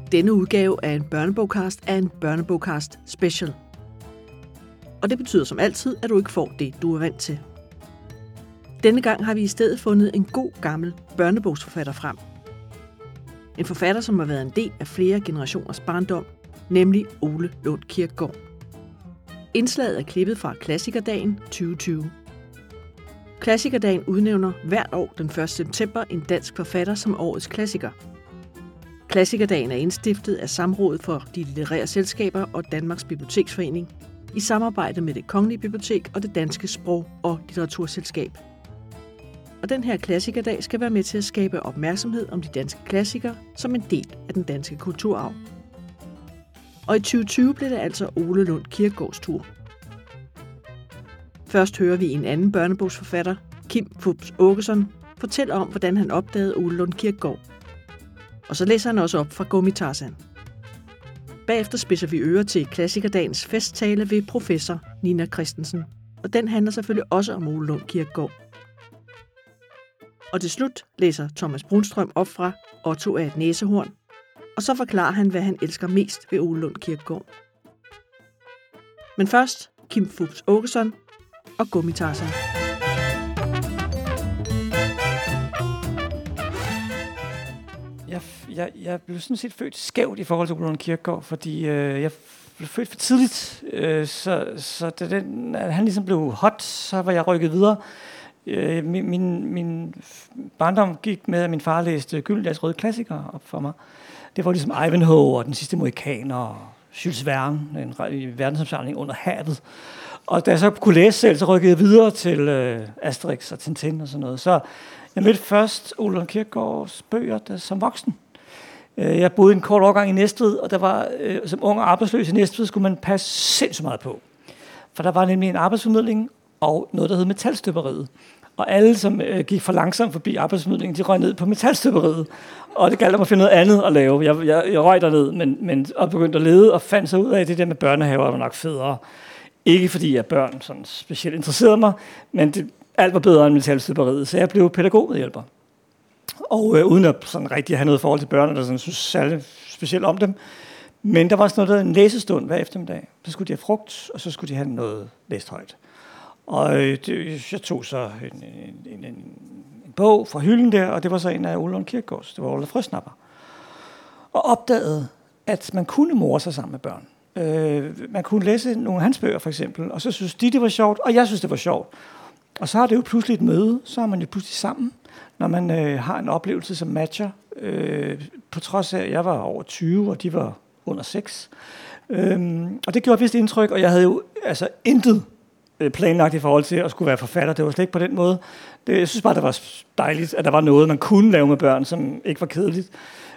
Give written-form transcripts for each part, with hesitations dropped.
Denne udgave af en børnebogcast er en børnebogcast special. Og det betyder som altid, at du ikke får det, du er vant til. Denne gang har vi i stedet fundet en god gammel børnebogsforfatter frem. En forfatter, som har været en del af flere generationers barndom, nemlig Ole Lund Kirkegaard. Indslaget er klippet fra Klassikerdagen 2020. Klassikerdagen udnævner hvert år den 1. september en dansk forfatter som årets klassiker. Klassikerdagen er indstiftet af Samrådet for de litterære selskaber og Danmarks Biblioteksforening i samarbejde med Det Kongelige Bibliotek og det Danske Sprog- og Litteraturselskab. Og den her klassikerdag skal være med til at skabe opmærksomhed om de danske klassikere som en del af den danske kulturarv. Og i 2020 blev det altså Ole Lund Kirkegaards tur. Først hører vi en anden børnebogsforfatter, Kim Fupz Aakeson, fortælle om, hvordan han opdagede Ole Lund Kirkegaard. Og så læser han også op fra Gummi Tarzan. Bagefter spidser vi ører til Klassikerdagens festtale ved professor Nina Christensen. Og den handler selvfølgelig også om Ole Lund Kirkegaard. Og til slut læser Thomas Brunstrøm op fra Otto er et næsehorn. Og så forklarer han, hvad han elsker mest ved Ole Lund Kirkegaard. Men først Kim Fupz Aakeson og Gummi Tarzan. Jeg blev sådan set født skævt i forhold til Ole Lund Kirkegaard, fordi jeg blev født for tidligt. Så da han ligesom blev hot, så var jeg rykket videre. Min barndom gik med, at min far læste Gyldendals røde klassikere op for mig. Det var ligesom Ivanhoe og Den sidste mohikaner og Jules Verne, en verdensomsamling under havet. Og da jeg så kunne læse selv, så rykkede jeg videre til Asterix og Tintin og sådan noget. Så jeg mødte først Ole Lund Kirkegaards bøger som voksen. Jeg boede en kort årgang i Næstved, og der var som ung og arbejdsløs i Næstved, skulle man passe sindssygt meget på. For der var nemlig en arbejdsformidling og noget, der hed metalstøberiet. Og alle, som gik for langsomt forbi arbejdsformidlingen, de røg ned på metalstøberiet. Og det galt om at finde noget andet at lave. Jeg røg derned, og begyndte at lede og fandt sig ud af, at det der med børnehaver var nok federe. Ikke fordi jeg børn sådan specielt interesserede mig, men alt var bedre end metalstøberiet, så jeg blev pædagogmedhjælper. Og uden at sådan rigtig have noget forhold til børn, der sådan synes særlig specielt om dem. Men der var sådan noget, der en læsestund hver eftermiddag. Så skulle de have frugt, og så skulle de have noget læst højt. Og jeg tog så en bog fra hylden der, og det var så en af Ole Lund Kirkegaards. Det var Ole Frøsnapper. Og opdagede, at man kunne more sig sammen med børn. Man kunne læse nogle af hans bøger, for eksempel, og så synes de, det var sjovt, og jeg synes, det var sjovt. Og så har det jo pludselig et møde, så er man jo pludselig sammen, når man har en oplevelse, som matcher. På trods af, at jeg var over 20, og de var under 6. Og det gjorde vist indtryk, og jeg havde jo altså intet planlagt i forhold til at skulle være forfatter. Det var slet ikke på den måde. Jeg synes bare, det var dejligt, at der var noget, man kunne lave med børn, som ikke var kedeligt.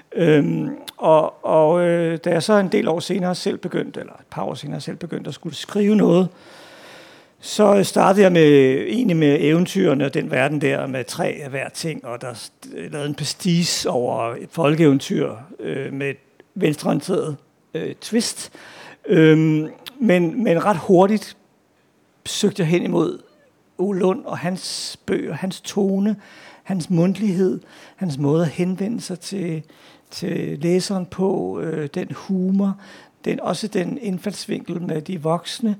Da jeg så en del år senere selv begyndte, eller et par år senere selv begyndte at skulle skrive noget, så startede jeg med eventyrene og den verden der med 3 af hver ting, og der lavede en pastiche over et folkeeventyr med et venstreorienteret twist. Men ret hurtigt søgte jeg hen imod Ole Lund og hans bøger, hans tone, hans mundtlighed, hans måde at henvende sig til læseren på, den humor, også den indfaldsvinkel med de voksne.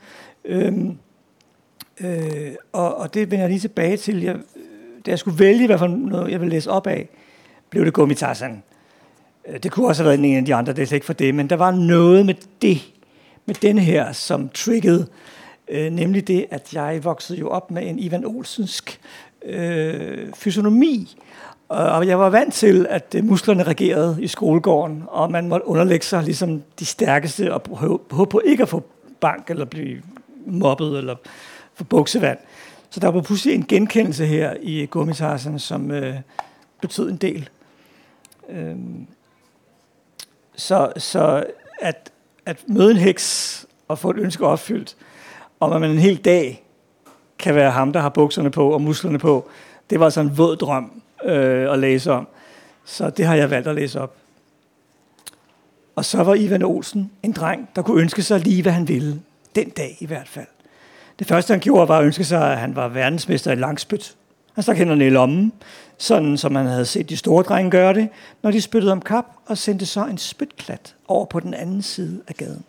Og det vender jeg lige tilbage til. Da jeg skulle vælge, hvad for noget jeg ville læse op af, blev det Gummi Tarzan. Det kunne også have været en af de andre, det er slet ikke for det, men der var noget med denne her, som triggede, nemlig det, at jeg voksede jo op med en Ivan Olsensk fysionomi, og jeg var vant til, at musklerne regerede i skolegården, og man måtte underlægge sig ligesom de stærkeste, og håbe på ikke at få bank, eller blive mobbet, eller få buksevand. Så der var pludselig en genkendelse her i Gummi Tarzan, som betød en del. Så at møde en heks og få et ønske opfyldt, om at man en hel dag kan være ham, der har bukserne på og musklerne på, det var sådan en våd drøm at læse om. Så det har jeg valgt at læse op. Og så var Ivan Olsen en dreng, der kunne ønske sig lige, hvad han ville. Den dag i hvert fald. Det første, han gjorde, var at ønske sig, at han var verdensmester i langspyt. Han stak hænderne i lommen, sådan som man havde set de store drenge gøre det, når de spyttede om kap og sendte så en spytklat over på den anden side af gaden.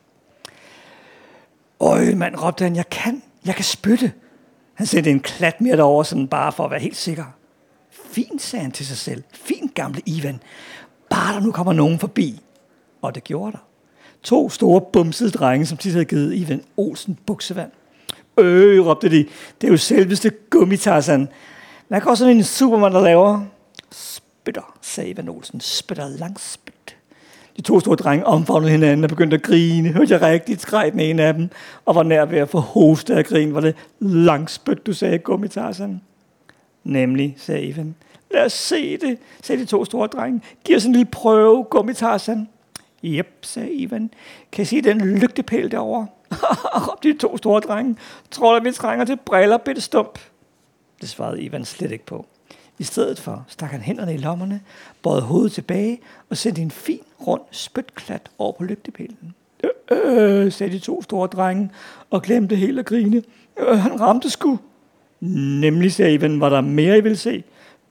Øj, mand, råbte han, jeg kan spytte. Han sendte en klat mere derover, sådan bare for at være helt sikker. Fint, sagde han til sig selv. Fint, gamle Ivan. Bare der nu kommer nogen forbi. Og det gjorde der. 2 store bumsede drenge, som tit havde givet Ivan Olsen buksevand. Råbte de. Det er jo selveste Gummitarsan. Hvad går sådan en Superman, der laver? Spytter, sagde Ivan Olsen. Spytter langspyt. De 2 store drenge omfavnede hinanden og begyndte at grine. Hørte jeg rigtigt, skreg den ene af dem, og var nær ved at få hoste af grin. Var det langspyt, du sagde, Gummitarsan? Nemlig, sagde Ivan. Lad os se det, sagde de 2 store drenge. Giv os en lille prøve, Gummitarsan. Jep, sagde Ivan. Kan I se den lygtepæl derovre? Råbte de 2 store drenge. Tror du, vi trænger til briller, bitte stump? Det svarede Ivan slet ikke på. I stedet for stak han hænderne i lommerne, bøjede hovedet tilbage og sendte en fin, rund spytklat over på lygtepælen. Sagde de 2 store drenge og glemte helt at grine. Han ramte sgu. Nemlig, sagde Ivan, var der mere, I ville se?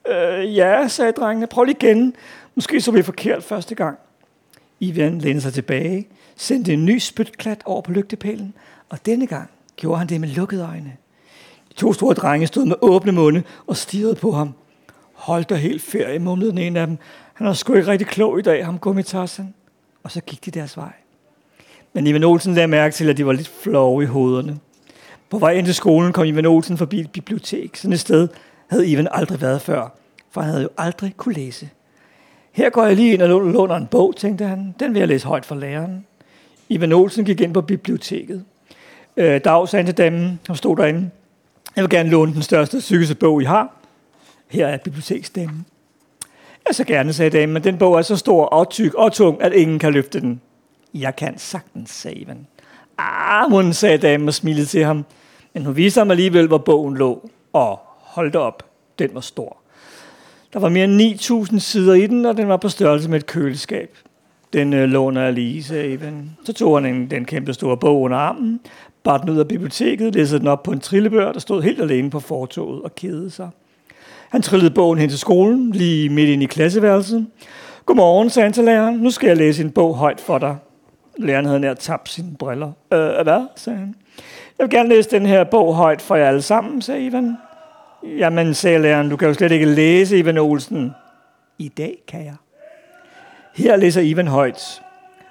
Ja, sagde drengene. Prøv lige igen. Måske så vi forkert første gang. Ivan lænede sig tilbage, sendte en ny spytklat over på lygtepælen, og denne gang gjorde han det med lukkede øjne. De 2 store drenge stod med åbne munde og stirrede på ham. Hold da helt ferie, mumlede den ene af dem. Han er sgu ikke rigtig klog i dag, ham Gummitarsan. Og så gik de deres vej. Men Ivan Olsen lagde mærke til, at de var lidt flove i hovederne. På vej ind til skolen kom Ivan Olsen forbi et bibliotek. Sådan et sted havde Ivan aldrig været før, for han havde jo aldrig kunne læse. Her går jeg lige ind og låner en bog, tænkte han. Den vil jeg læse højt for læreren. Ivan Olsen gik ind på biblioteket. Dag, sagde han til damen, som stod derinde. Jeg vil gerne låne den største og sygeste bog, I har. Her er biblioteksdamen. Ja, så gerne, sagde damen, men den bog er så stor og tyk og tung, at ingen kan løfte den. Jeg kan sagtens, sagde Ivan. Munden, sagde damen og smilede til ham. Men hun viste ham alligevel, hvor bogen lå. Og hold da op, den var stor. Der var mere end 9.000 sider i den, og den var på størrelse med et køleskab. Den låner jeg lige, sagde Ivan. Så tog han den kæmpe store bog under armen, bar den ud af biblioteket, læste den op på en trillebør, der stod helt alene på fortovet og kedede sig. Han trillede bogen hen til skolen, lige midt ind i klasseværelset. Godmorgen, sagde han til læreren. Nu skal jeg læse en bog højt for dig. Læreren havde nær tabt sine briller. Hvad, sagde han. Jeg vil gerne læse den her bog højt for jer alle sammen, sagde Ivan. Jamen, sagde læreren, du kan jo slet ikke læse, Ivan Olsen. I dag kan jeg. Her læser Ivan højt.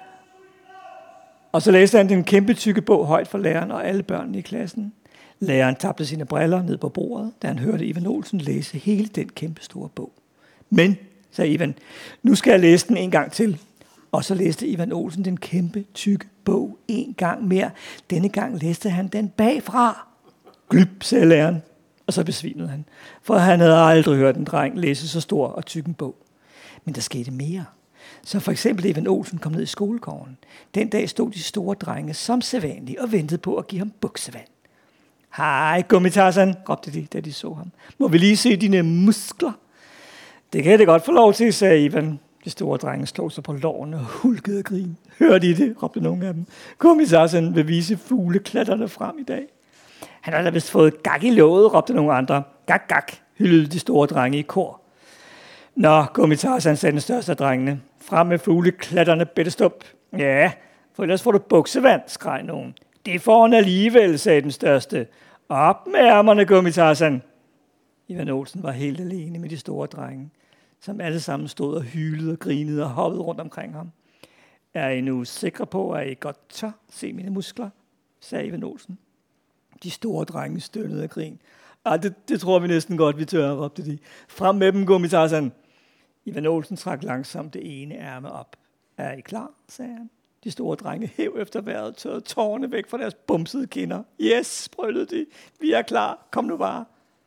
Og så læste han den kæmpe tykke bog højt for læreren og alle børnene i klassen. Læreren tabte sine briller ned på bordet, da han hørte Ivan Olsen læse hele den kæmpe store bog. Men, sagde Ivan, nu skal jeg læse den en gang til. Og så læste Ivan Olsen den kæmpe tykke bog en gang mere. Denne gang læste han den bagfra. Glyp, sagde læreren. Og så besvimede han, for han havde aldrig hørt en dreng læse så stor og tyk en bog. Men der skete mere. Så for eksempel Ivan Olsen kom ned i skolegården. Den dag stod de store drenge som sædvanligt og ventede på at give ham buksevand. Hej, Gummitarsan, råbte de, da de så ham. Må vi lige se dine muskler? Det kan jeg da godt få lov til, sagde Ivan. De store drenge slog sig på lårene og hulkede og grin. Hørte I det, råbte nogle af dem. Gummitarsan vil vise fugleklatterne frem i dag. Han har da vist fået gak i låget, råbte nogle andre. Gak, gak, hyldede de store drenge i kor. Nå, Gummitarsan, sagde den største af drengene. Frem med fugleklatterne, bitte stump. Ja, for ellers får du buksevand, skreg nogen. Det får han alligevel, sagde den største. Op med ærmerne, Gummitarsan. Ivan Olsen var helt alene med de store drenge, som alle sammen stod og hylede og grinede og hoppede rundt omkring ham. Er I nu sikre på, at I godt tør se mine muskler? Sagde Ivan Olsen. De store drenge stønnede af grin. Det tror vi næsten godt, vi tør, råbte de. Frem med dem, Gummitarsan. Ivan Olsen trak langsomt det ene ærme op. Er I klar, sagde han. De store drenge hæv efter vejret, tørrede tårerne væk fra deres bumsede kinder. Yes, brølede de. Vi er klar. Kom nu bare.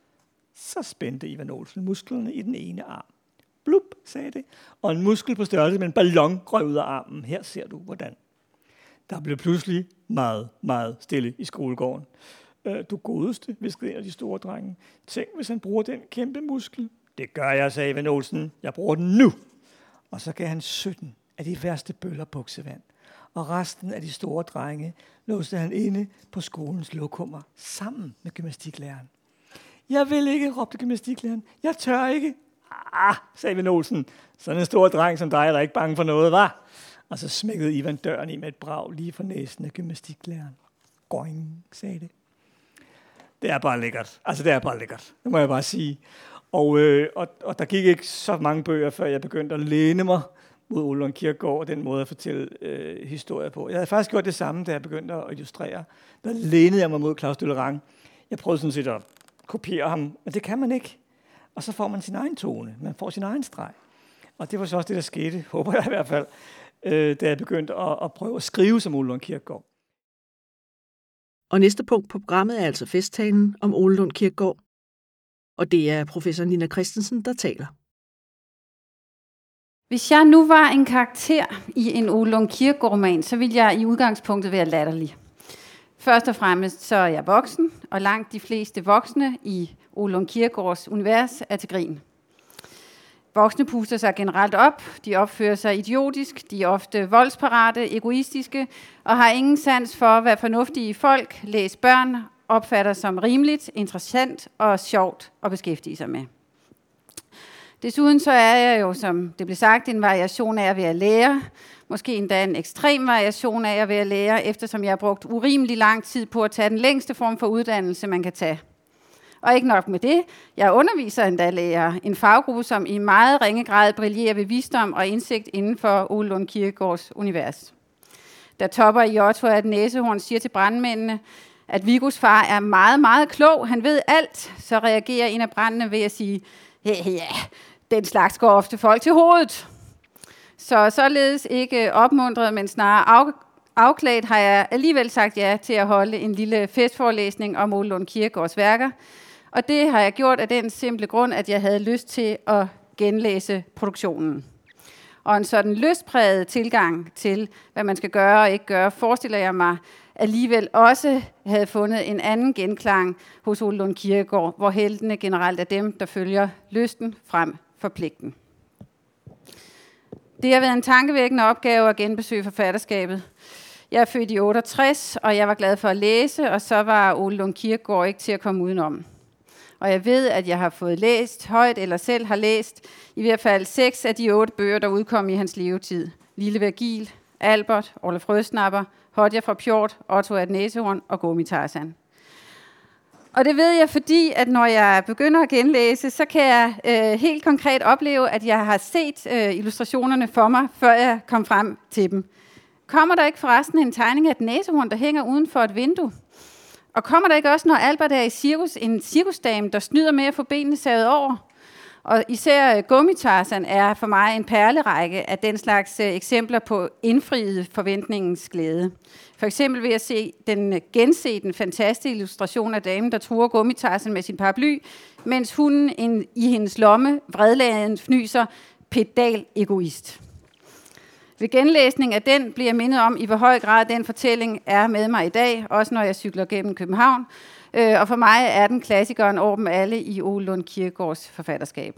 Så spændte Ivan Olsen musklerne i den ene arm. Blup, sagde det. Og en muskel på størrelse med en ballon røg ud af armen. Her ser du, hvordan. Der blev pludselig meget, meget stille i skolegården. Du godeste, viskede en af de store drenge. Tænk, hvis han bruger den kæmpe muskel. Det gør jeg, sagde Ivan Olsen. Jeg bruger den nu. Og så gav han 17 af de værste bøller buksevand. Og resten af de store drenge låste han inde på skolens lokummer sammen med gymnastiklæreren. Jeg vil ikke, råbte gymnastiklæreren. Jeg tør ikke. sagde Ivan Olsen, sådan en stor dreng som dig er der ikke bange for noget, var? Og så smækkede Ivan døren i med et brag lige for næsen af gymnastiklæreren. Going, sagde det. Det er bare lækkert. Altså, det er bare lækkert. Det må jeg bare sige. Og der gik ikke så mange bøger, før jeg begyndte at læne mig mod Ole Lund Kirkegaard og den måde at fortælle historier på. Jeg havde faktisk gjort det samme, da jeg begyndte at illustrere. Der lænede jeg mig mod Claus Døllerang. Jeg prøvede sådan set at kopiere ham, men det kan man ikke. Og så får man sin egen tone. Man får sin egen streg. Og det var så også det, der skete, håber jeg i hvert fald, da jeg begyndte at prøve at skrive som Ole Lund Kirkegaard. Og næste punkt på programmet er altså festtalen om Ole Lund Kirkegaard. Og det er professor Nina Christensen, der taler. Hvis jeg nu var en karakter i en Ole Lund Kirkegaard-roman, så ville jeg i udgangspunktet være latterlig. Først og fremmest så er jeg voksen, og langt de fleste voksne i Ole Lund Kirkegaards univers er til grin. Voksne puster sig generelt op, de opfører sig idiotisk, de er ofte voldsparate, egoistiske og har ingen sans for, hvad fornuftige folk, læs børn, opfatter som rimeligt, interessant og sjovt at beskæftige sig med. Desuden så er jeg jo, som det blev sagt, en variation af at være lærer, måske endda en ekstrem variation af at være lærer, eftersom jeg har brugt urimelig lang tid på at tage den længste form for uddannelse, man kan tage. Og ikke nok med det, jeg underviser endda lærer, en faggruppe, som i meget ringe grad brillerer ved visdom og indsigt inden for Ole Lund Kirkegaards univers. Da Topper i Otto at Næsehorn siger til brandmændene, at Viggos far er meget, meget klog, han ved alt, så reagerer en af brandene ved at sige, ja, den slags går ofte folk til hovedet. Så således ikke opmuntret, men snarere afklædt, har jeg alligevel sagt ja til at holde en lille festforelæsning om Ole Lund Kirkegaards værker. Og det har jeg gjort af den simple grund, at jeg havde lyst til at genlæse produktionen. Og en sådan lystpræget tilgang til, hvad man skal gøre og ikke gøre, forestiller jeg mig alligevel også havde fundet en anden genklang hos Ole Lund Kirkegaard, hvor heltene generelt er dem, der følger lysten frem for pligten. Det har været en tankevækkende opgave at genbesøge forfatterskabet. Jeg er født i 68, og jeg var glad for at læse, og så var Ole Lund Kirkegaard ikke til at komme udenom. Og jeg ved, at jeg har fået læst højt, eller selv har læst, i hvert fald 6 af de 8 bøger, der udkom i hans levetid. Lille Virgil, Albert, Olaf Rødsnapper, Hodja fra Pjort, Otto at Næsehorn og Gummi Tarzan. Og det ved jeg, fordi at når jeg begynder at genlæse, så kan jeg helt konkret opleve, at jeg har set illustrationerne for mig, før jeg kom frem til dem. Kommer der ikke forresten en tegning af et næsehorn, der hænger uden for et vindue? Og kommer der ikke også, når Albert er i cirkus, en cirkusdame, der snyder med at få benene savet over? Og især Gummi Tarzan er for mig en perlerække af den slags eksempler på indfriet forventningens glæde. For eksempel ved at gense den fantastiske illustration af damen, der truer Gummi Tarzan med sin paraply, mens hunden i hendes lomme vredladen fnyser pedal egoist. Ved genlæsning af den bliver jeg mindet om, i hvor høj grad den fortælling er med mig i dag, også når jeg cykler gennem København. Og for mig er den klassikeren over dem alle i Ole Lund Kirkegaards forfatterskab.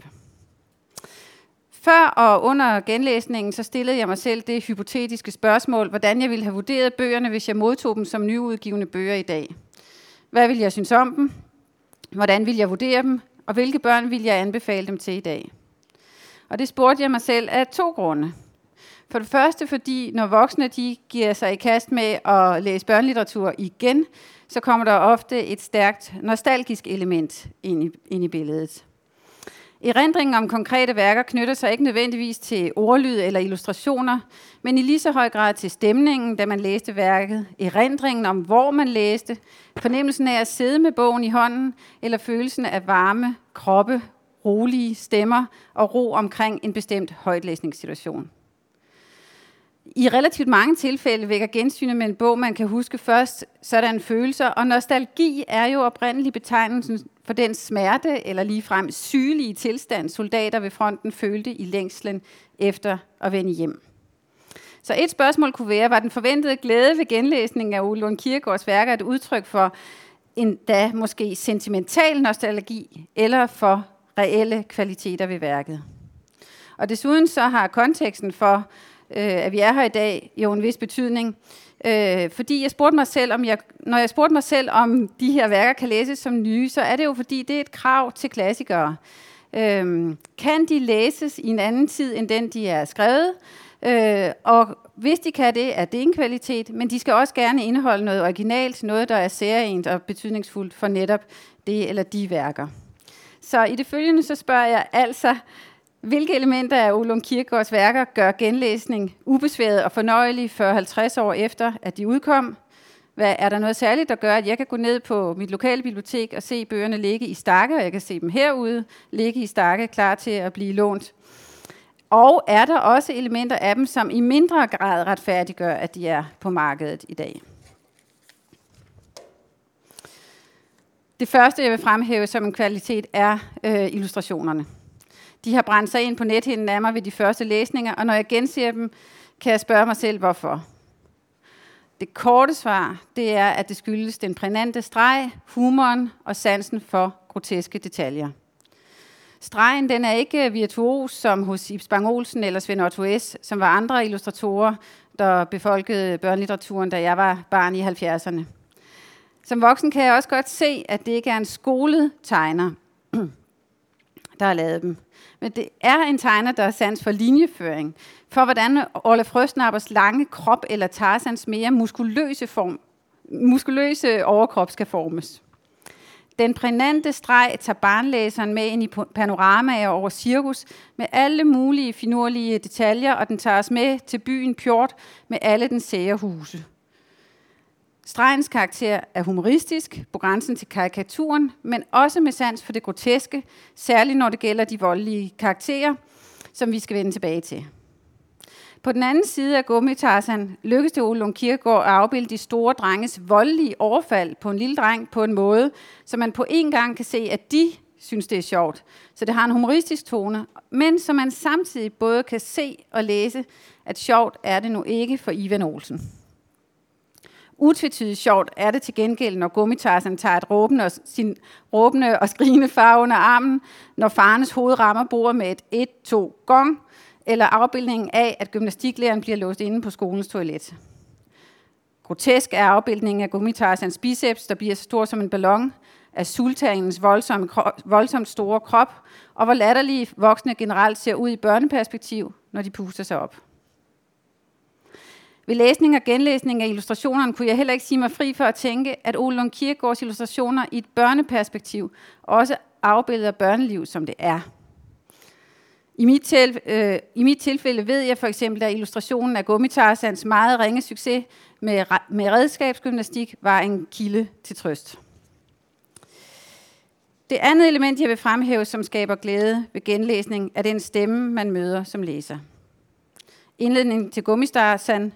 Før og under genlæsningen, så stillede jeg mig selv det hypotetiske spørgsmål, hvordan jeg ville have vurderet bøgerne, hvis jeg modtog dem som nyudgivne bøger i dag. Hvad ville jeg synes om dem? Hvordan ville jeg vurdere dem? Og hvilke børn ville jeg anbefale dem til i dag? Og det spurgte jeg mig selv af 2 grunde. For det første, fordi når voksne de giver sig i kast med at læse børnelitteratur igen, så kommer der ofte et stærkt nostalgisk element ind i billedet. Erindringen om konkrete værker knytter sig ikke nødvendigvis til ordlyd eller illustrationer, men i lige så høj grad til stemningen, da man læste værket, erindringen om, hvor man læste, fornemmelsen af at sidde med bogen i hånden, eller følelsen af varme, kroppe, rolige stemmer og ro omkring en bestemt højtlæsningssituation. I relativt mange tilfælde vækker gensynet med en bog, man kan huske først sådan følelser, og nostalgi er jo oprindelig betegnelsen for den smerte eller ligefrem sygelige tilstand, soldater ved fronten følte i længslen efter at vende hjem. Så et spørgsmål kunne være, var den forventede glæde ved genlæsningen af Ole Lund Kirkegaards værker et udtryk for endda måske sentimental nostalgi eller for reelle kvaliteter ved værket? Og desuden så har konteksten for at vi er her i dag, jo en vis betydning. Fordi jeg spurgte mig selv, når jeg spurgte mig selv, om de her værker kan læses som nye, så er det jo fordi, det er et krav til klassikere. Kan de læses i en anden tid, end den de er skrevet? Og hvis de kan det, er det en kvalitet, men de skal også gerne indeholde noget originalt, noget, der er særligt og betydningsfuldt for netop det eller de værker. Så i det følgende så spørger jeg altså, hvilke elementer af Ole Lund Kirkegaards værker gør genlæsning ubesværet og fornøjelig 40-50 år efter, at de udkom? Er der noget særligt, der gør, at jeg kan gå ned på mit lokale bibliotek og se bøgerne ligge i stakke, og jeg kan se dem herude ligge i stakke, klar til at blive lånt? Og er der også elementer af dem, som i mindre grad retfærdiggør, at de er på markedet i dag? Det første, jeg vil fremhæve som en kvalitet, er illustrationerne. De har brændt sig ind på nethinden af mig ved de første læsninger, og når jeg genser dem, kan jeg spørge mig selv, hvorfor. Det korte svar, det er, at det skyldes den prænante streg, humoren og sansen for groteske detaljer. Stregen, den er ikke virtuos som hos Ib Spang Olsen eller Svend Otto S., som var andre illustratorer, der befolkede børnelitteraturen, da jeg var barn i 70'erne. Som voksen kan jeg også godt se, at det ikke er en skolet tegner, der har lavet dem. Men det er en tegner, der er sans for linjeføring, for hvordan Orla Frøsnappers lange krop eller Tarzans mere muskuløse overkrop skal formes. Den prænante streg tager barnlæseren med ind i panoramaer over cirkus med alle mulige finurlige detaljer, og den tager os med til byen Pjort med alle den sære huse. Stregens karakter er humoristisk, på grænsen til karikaturen, men også med sans for det groteske, særligt når det gælder de voldelige karakterer, som vi skal vende tilbage til. På den anden side af Gummi-Tarzan lykkedes det Ole Lund Kirkegaard at afbilde de store drenges voldelige overfald på en lille dreng på en måde, så man på en gang kan se, at de synes, det er sjovt. Så det har en humoristisk tone, men så man samtidig både kan se og læse, at sjovt er det nu ikke for Ivan Olsen. Utvetydigt sjovt er det til gengæld, når Gummi-Tarzan tager sin råbende og skrigende far under armen, når farens hoved rammer bordet med et 1-2 gong, eller afbildningen af, at gymnastiklæreren bliver låst inde på skolens toilet. Grotesk er afbildningen af Gummi-Tarzans biceps, der bliver så stor som en ballon, af sultanens voldsomt store krop, og hvor latterlige voksne generelt ser ud i børneperspektiv, når de puster sig op. Ved læsning og genlæsning af illustrationerne kunne jeg heller ikke sige mig fri for at tænke, at Ole Lund Kirkegaards illustrationer i et børneperspektiv også afbilder børneliv, som det er. I mit tilfælde ved jeg for eksempel, at illustrationen af Gummi-Tarzans meget ringe succes med redskabsgymnastik var en kilde til trøst. Det andet element, jeg vil fremhæve, som skaber glæde ved genlæsning, er den stemme, man møder som læser. Indledningen til Gummi-Tarzan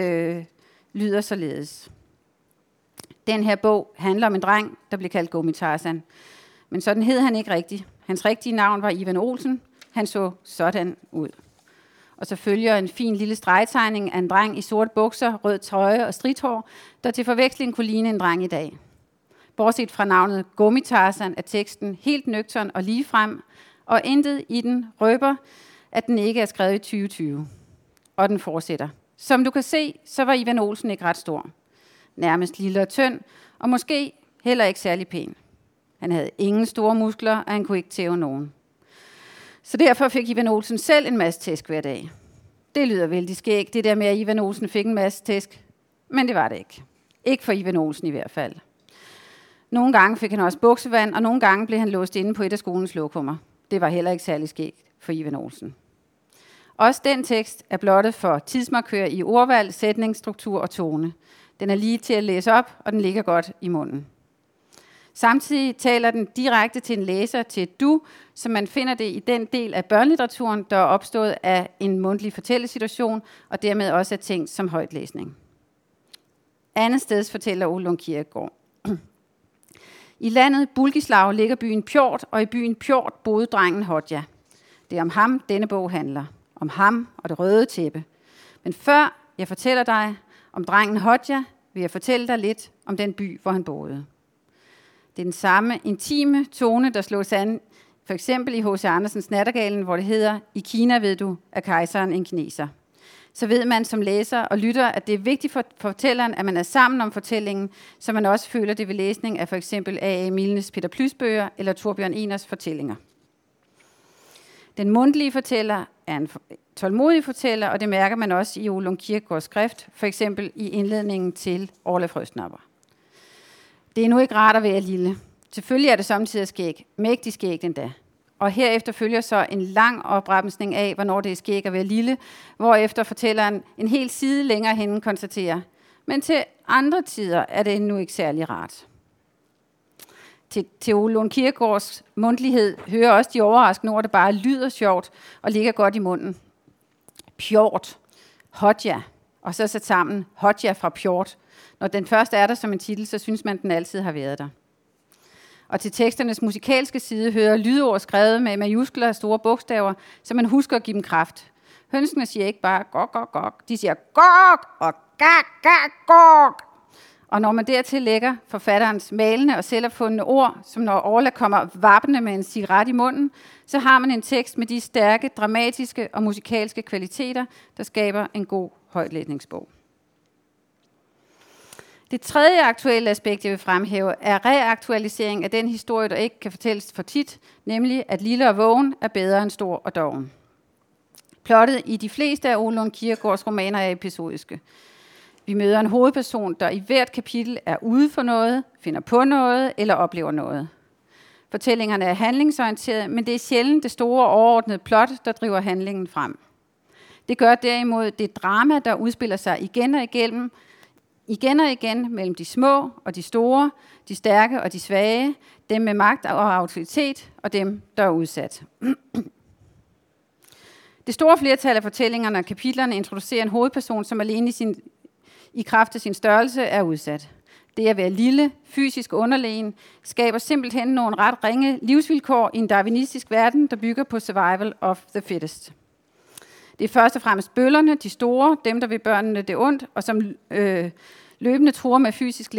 lyder således. Den her bog handler om en dreng, der blev kaldt Gummi-Tarzan. Men sådan hed han ikke rigtigt. Hans rigtige navn var Ivan Olsen. Han så sådan ud. Og så følger en fin lille stregtegning af en dreng i sorte bukser, rød trøje og stridthår, der til forveksling kunne ligne en dreng i dag. Bortset fra navnet Gummi-Tarzan er teksten helt nøgtern og ligefrem, og intet i den røber, at den ikke er skrevet i 2020. Og den fortsætter. Som du kan se, så var Ivan Olsen ikke ret stor. Nærmest lille og tynd, og måske heller ikke særlig pæn. Han havde ingen store muskler, og han kunne ikke tæve nogen. Så derfor fik Ivan Olsen selv en masse tæsk hver dag. Det lyder vældig skægt, det der med, at Ivan Olsen fik en masse tæsk. Men det var det ikke. Ikke for Ivan Olsen i hvert fald. Nogle gange fik han også buksevand, og nogle gange blev han låst inde på et af skolens lokummer. Det var heller ikke særlig skægt for Ivan Olsen. Også den tekst er blottet for tidsmarkør i ordvalg, sætningsstruktur og tone. Den er lige til at læse op, og den ligger godt i munden. Samtidig taler den direkte til en læser, til et du, som man finder det i den del af børnelitteraturen, der er opstået af en mundtlig fortællesituation, og dermed også er tænkt som højtlæsning. Andet steds fortæller Ole Lund Kirkegaard. I landet Bulgislav ligger byen Pjort, og i byen Pjort boede drengen Hodja. Det er om ham, denne bog handler. Om ham og det røde tæppe. Men før jeg fortæller dig om drengen Hodja, vil jeg fortælle dig lidt om den by, hvor han boede. Det er den samme intime tone, der slås an, for eksempel i H.C. Andersens Nattergalen, hvor det hedder, i Kina ved du, er kejseren en kineser. Så ved man som læser og lytter, at det er vigtigt for fortælleren, at man er sammen om fortællingen, så man også føler det ved læsning af for eksempel A.A. Milnes Peter Plys bøger eller Torbjørn Ehners fortællinger. Den mundtlige fortæller er en tålmodig fortæller, og det mærker man også i Ole Lund Kirkegaards skrift, for eksempel i indledningen til Orla Frøsnapper. Det er nu ikke rart at være lille. Selvfølgelig er det samtidig skæg, mægtig skægt endda. Og herefter følger så en lang opremsning af, hvornår det er skæg at være lille, hvorefter fortælleren en hel side længere henne konstaterer. Men til andre tider er det nu ikke særlig rart. Til Ole Lund Kirkegaards mundtlighed hører også de overraskende ord, der bare lyder sjovt og ligger godt i munden. Pjort, Hodja, og så sat sammen Hodja fra Pjort. Når den først er der som en titel, så synes man, den altid har været der. Og til teksternes musikalske side hører lydord skrevet med majuskler og store bogstaver, så man husker at give dem kraft. Hønsene siger ikke bare gok, gok, gok. De siger gok og gak, gak, gok. Og når man dertil lægger forfatterens malende og selvopfundne ord, som når Orla kommer vappende med en cigaret i munden, så har man en tekst med de stærke, dramatiske og musikalske kvaliteter, der skaber en god højtlæsningsbog. Det tredje aktuelle aspekt, jeg vil fremhæve, er reaktualisering af den historie, der ikke kan fortælles for tit, nemlig at lille og vågen er bedre end stor og doven. Plottet i de fleste af Ole Lund Kirkegaards romaner er episodiske. Vi møder en hovedperson, der i hvert kapitel er ude for noget, finder på noget eller oplever noget. Fortællingerne er handlingsorienterede, men det er sjældent det store overordnede plot, der driver handlingen frem. Det gør derimod det drama, der udspiller sig igen og igen mellem de små og de store, de stærke og de svage, dem med magt og autoritet og dem, der er udsat. Det store flertal af fortællingerne og kapitlerne introducerer en hovedperson, som alene i kraft af sin størrelse er udsat. Det at være lille, fysisk underlegen, skaber simpelthen nogle ret ringe livsvilkår i en darwinistisk verden, der bygger på survival of the fittest. Det er først og fremmest bøllerne, de store, dem der vil børnene det ondt, og som løbende truer med fysisk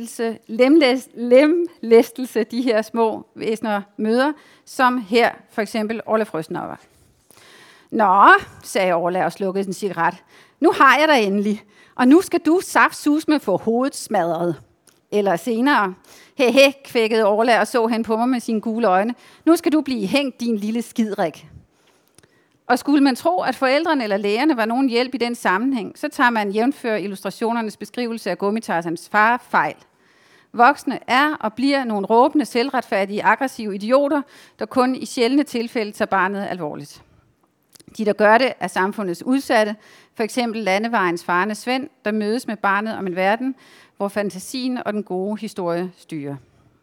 lemlæstelse de her små væsener møder, som her for eksempel Orla Frøsnapper. Nå, sagde Orla og slukkede en cigaret. Nu har jeg dig endelig, og nu skal du saftsus med få hovedet smadret. Eller senere, hehe, kvækkede Orla og så hen på mig med sine gule øjne. Nu skal du blive hængt, din lille skidrik. Og skulle man tro, at forældrene eller lægerne var nogen hjælp i den sammenhæng, så tager man jævnfør illustrationernes beskrivelse af Gummitarzans far fejl. Voksne er og bliver nogle råbende, selvretfærdige, aggressive idioter, der kun i sjældne tilfælde tager barnet alvorligt. De, der gør det, er samfundets udsatte, for eksempel landevejens farne Svend, der mødes med barnet om en verden, hvor fantasien og den gode historie styrer.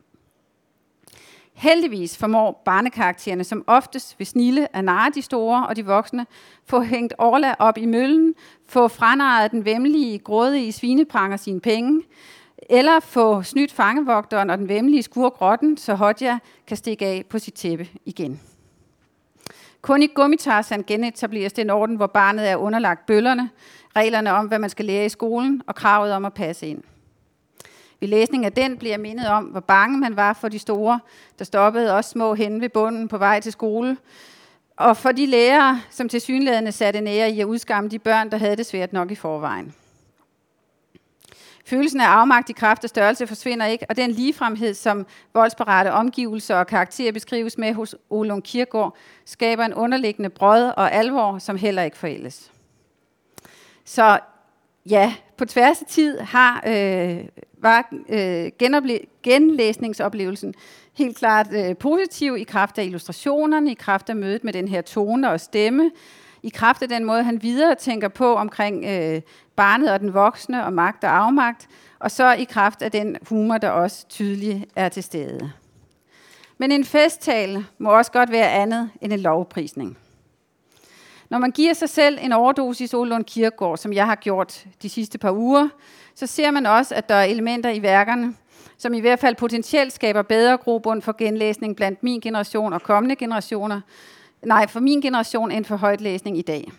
Heldigvis formår barnekaraktererne som oftest ved snilde at narre de store og de voksne, få hængt Orla op i møllen, få franarret den væmmelige, grådige svinepranger sine penge, eller få snydt fangevogteren og den væmmelige skurk Rotten, så Hodja kan stikke af på sit tæppe igen. Kun i Gummitarzan genetableres den orden, hvor barnet er underlagt bøllerne, reglerne om, hvad man skal lære i skolen, og kravet om at passe ind. Ved læsning af den bliver jeg mindet om, hvor bange man var for de store, der stoppede også små henne ved bunden på vej til skole, og for de lærere, som tilsyneladende satte nære i at udskamme de børn, der havde det svært nok i forvejen. Følelsen af afmagt i kraft af størrelse forsvinder ikke, og den ligefremhed, som voldsparate omgivelser og karakterer beskrives med hos Ole Lund Kirkegaard, skaber en underliggende brød og alvor, som heller ikke forældes. Så ja, på tværs af tid var genlæsningsoplevelsen helt klart positiv i kraft af illustrationerne, i kraft af mødet med den her tone og stemme, i kraft af den måde, han videre tænker på omkring barnet og den voksne og magt og afmagt, og så i kraft af den humor, der også tydeligt er til stede. Men en festtale må også godt være andet end en lovprisning. Når man giver sig selv en overdosis Ole Lund Kirkegaard, som jeg har gjort de sidste par uger, så ser man også, at der er elementer i værkerne, som i hvert fald potentielt skaber bedre grobund for genlæsning blandt min generation og kommende generationer. Nej, for min generation end for højtlæsning i dag.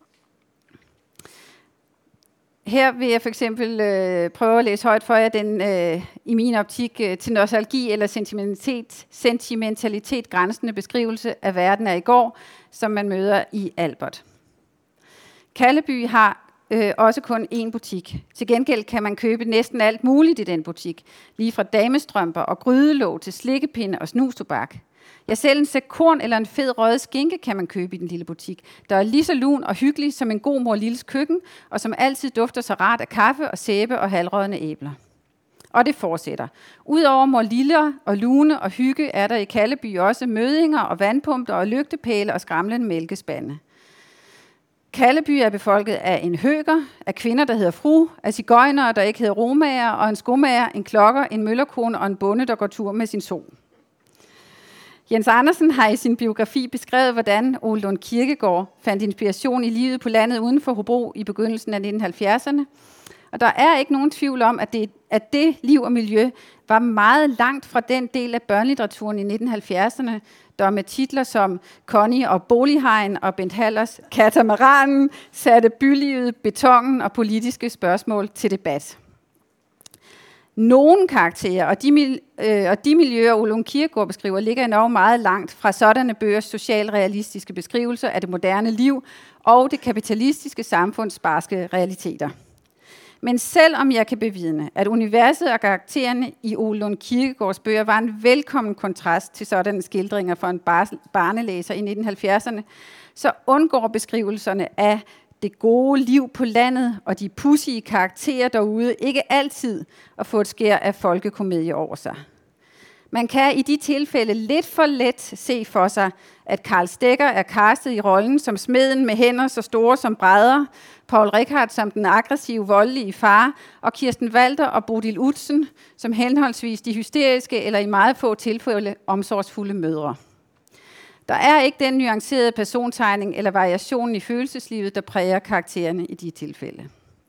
Her vil jeg for eksempel prøve at læse højt for jer den, i min optik, til nostalgi eller sentimentalitet grænsende beskrivelse af verden af i går, som man møder i Albert. Kalleby har også kun én butik. Til gengæld kan man købe næsten alt muligt i den butik, lige fra damestrømper og grydelåg til slikkepinde og snustobak. Ja, selv en sæk korn eller en fed røget skinke kan man købe i den lille butik, der er lige så lun og hyggelig som en god mor Lilles køkken, og som altid dufter så rart af kaffe og sæbe og halvrådne æbler. Og det fortsætter. Udover mor Lille og lune og hygge er der i Kalleby også mødinger og vandpumper og lygtepæle og skramlende mælkespande. Kalleby er befolket af en høger, af kvinder, der hedder fru, af sigøjnere, der ikke hedder romager, og en skomager, en klokker, en møllerkone og en bonde, der går tur med sin so. Jens Andersen har i sin biografi beskrevet, hvordan Ole Lund Kirkegaard fandt inspiration i livet på landet uden for Hobro i begyndelsen af 1970'erne. Og der er ikke nogen tvivl om, at det liv og miljø var meget langt fra den del af børnelitteraturen i 1970'erne, der med titler som Connie og Bolighegn og Bent Hallers Katamaranen satte bylivet, betongen og politiske spørgsmål til debat. Nogle karakterer og de miljøer, Ole Lund Kirkegaard beskriver, ligger enormt meget langt fra sådanne bøgers socialrealistiske beskrivelser af det moderne liv og det kapitalistiske samfunds barske realiteter. Men selvom jeg kan bevidne, at universet og karaktererne i Ole Lund Kirkegaards bøger var en velkommen kontrast til sådanne skildringer for en barnelæser i 1970'erne, så undgår beskrivelserne af det gode liv på landet og de pudsige karakterer derude ikke altid at få et skær af folkekomedie over sig. Man kan i de tilfælde lidt for let se for sig, at Karl Stegger er castet i rollen som smeden med hænder så store som brædder, Paul Rickard som den aggressive, voldelige far, og Kirsten Walther og Bodil Utzen som henholdsvis de hysteriske eller i meget få tilfælde omsorgsfulde mødre. Der er ikke den nuancerede persontegning eller variationen i følelseslivet, der præger karaktererne i de tilfælde.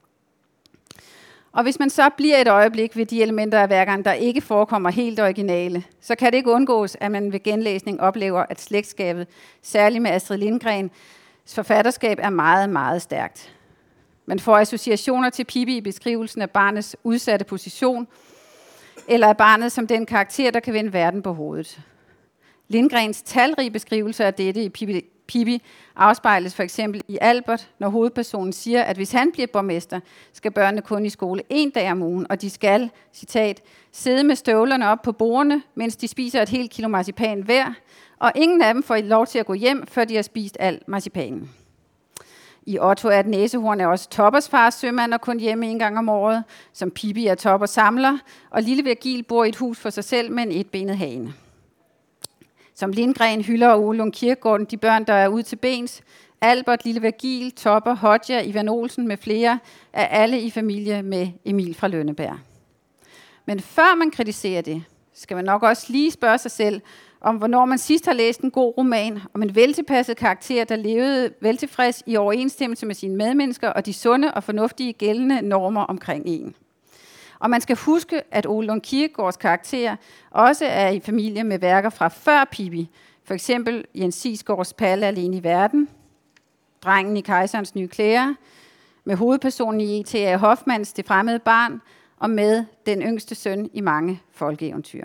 Og hvis man så bliver et øjeblik ved de elementer af værkerne, der ikke forekommer helt originale, så kan det ikke undgås, at man ved genlæsning oplever, at slægtskabet, særligt med Astrid Lindgrens forfatterskab, er meget, meget stærkt. Man får associationer til Pippi i beskrivelsen af barnets udsatte position, eller af barnet som den karakter, der kan vende verden på hovedet. Lindgrens talrige beskrivelser af dette i Pippi afspejles for eksempel i Albert, når hovedpersonen siger, at hvis han bliver borgmester, skal børnene kun i skole 1 dag om ugen, og de skal, citat, sidde med støvlerne op på bordene, mens de spiser et helt kilo marcipan hver, og ingen af dem får lov til at gå hjem, før de har spist al marcipanen. I Otto er et næsehorn er også Toppers fars sømand og kun hjemme 1 gang om året, som Pippi er Toppers samler, og Lille Virgil bor i et hus for sig selv med en etbenet hane. Som Lindgren hylder Ole Lund Kirkegaard de børn, der er ude til bens. Albert, Lille Virgil, Topper, Hodja, Ivan Olsen med flere er alle i familie med Emil fra Lønneberg. Men før man kritiserer det, skal man nok også lige spørge sig selv, om hvornår man sidst har læst en god roman om en veltilpasset karakter, der levede veltilfreds i overensstemmelse med sine medmennesker og de sunde og fornuftige gældende normer omkring en. Og man skal huske, at Ole Lund Kirkegaards karakter også er i familie med værker fra før Pippi. For eksempel Jens Sigsgaards Palle alene i verden, Drengen i Kejserens nye klæder, med hovedpersonen i E.T.A. Hoffmanns Det fremmede barn, og med den yngste søn i mange folkeeventyr.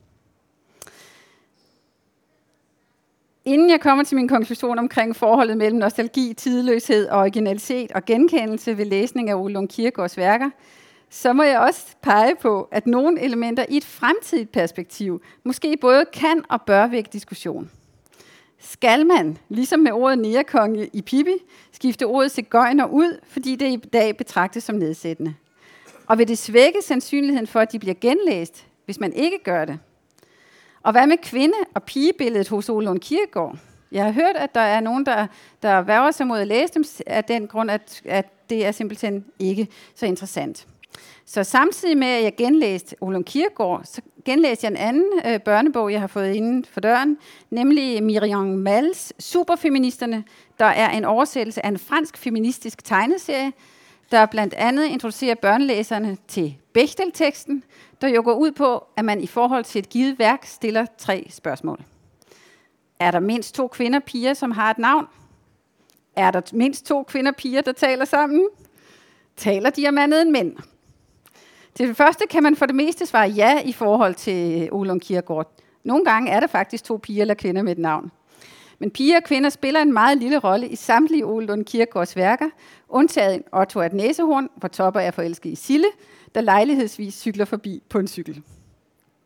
Inden jeg kommer til min konklusion omkring forholdet mellem nostalgi, tidløshed, originalitet og genkendelse ved læsning af Ole Lund Kirkegaards værker, så må jeg også pege på, at nogle elementer i et fremtidigt perspektiv måske både kan og bør vække diskussion. Skal man, ligesom med ordet negerkonge i Pippi, skifte ordet sigøjner ud, fordi det i dag betragtes som nedsættende? Og vil det svække sandsynligheden for, at de bliver genlæst, hvis man ikke gør det? Og hvad med kvinde- og pigebilledet hos Ole Lund Kirkegaard? Jeg har hørt, at der er nogen, der værger sig mod at læse dem af den grund, at det er simpelthen ikke så interessant. Så samtidig med, at jeg genlæste Ole Lund Kirkegaard, så genlæste jeg en anden børnebog, jeg har fået inden for døren, nemlig Miriam Malles Superfeministerne, der er en oversættelse af en fransk feministisk tegneserie, der blandt andet introducerer børnelæserne til Bechdel-teksten, der jo går ud på, at man i forhold til et givet værk stiller 3 spørgsmål. Er der mindst 2 kvinder-piger, som har et navn? Er der mindst 2 kvinder-piger, der taler sammen? Taler de om andet end mænd? Til det første kan man for det meste svare ja i forhold til Ole Lund Kirkegaard. Nogle gange er der faktisk 2 piger eller kvinder med et navn. Men piger og kvinder spiller en meget lille rolle i samtlige Ole Lund Kirkegaards værker, undtaget Otto er et næsehorn, hvor Topper er forelsket i Sille, der lejlighedsvis cykler forbi på en cykel.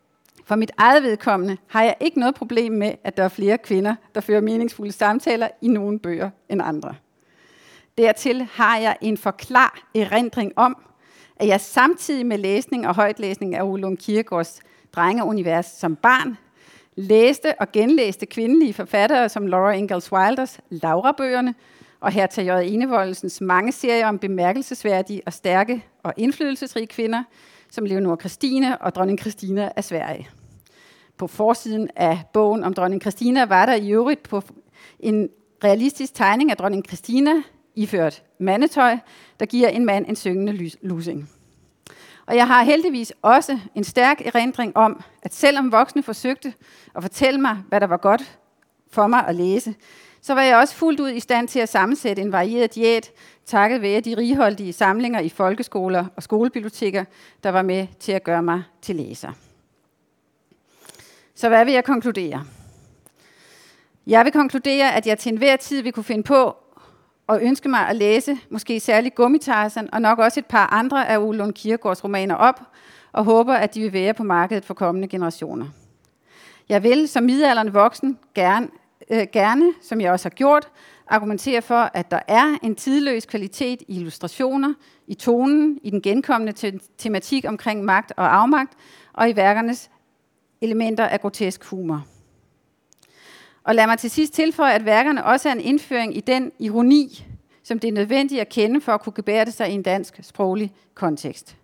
For mit eget vedkommende har jeg ikke noget problem med, at der er flere kvinder, der fører meningsfulde samtaler i nogle bøger end andre. Dertil har jeg en forklar erindring om, at jeg samtidig med læsning og højtlæsning af Ole Lund Kirkegaards Drengeunivers som barn, læste og genlæste kvindelige forfattere som Laura Ingalls Wilders Laura-bøgerne og Hertha J. Enevoldsens mange serier om bemærkelsesværdige og stærke og indflydelsesrige kvinder, som Leonora Christina og dronning Christina af Sverige. På forsiden af bogen om dronning Christina var der i øvrigt på en realistisk tegning af dronning Christina, iført mandetøj, der giver en mand en syngende lusing. Og jeg har heldigvis også en stærk erindring om, at selvom voksne forsøgte at fortælle mig, hvad der var godt for mig at læse, så var jeg også fuldt ud i stand til at sammensætte en varieret diæt, takket være de righoldige samlinger i folkeskoler og skolebiblioteker, der var med til at gøre mig til læser. Så hvad vil jeg konkludere? Jeg vil konkludere, at jeg til enhver tid vil kunne finde på og ønske mig at læse måske særligt Gummitarsen og nok også et par andre af Ole Lund Kirkegaards romaner op, og håber, at de vil være på markedet for kommende generationer. Jeg vil som midaldrende voksen gerne, som jeg også har gjort, argumentere for, at der er en tidløs kvalitet i illustrationer, i tonen, i den genkommende tematik omkring magt og afmagt, og i værkernes elementer af grotesk humor. Og lad mig til sidst tilføje, at værkerne også er en indføring i den ironi, som det er nødvendigt at kende for at kunne gebærde sig i en dansk sproglig kontekst.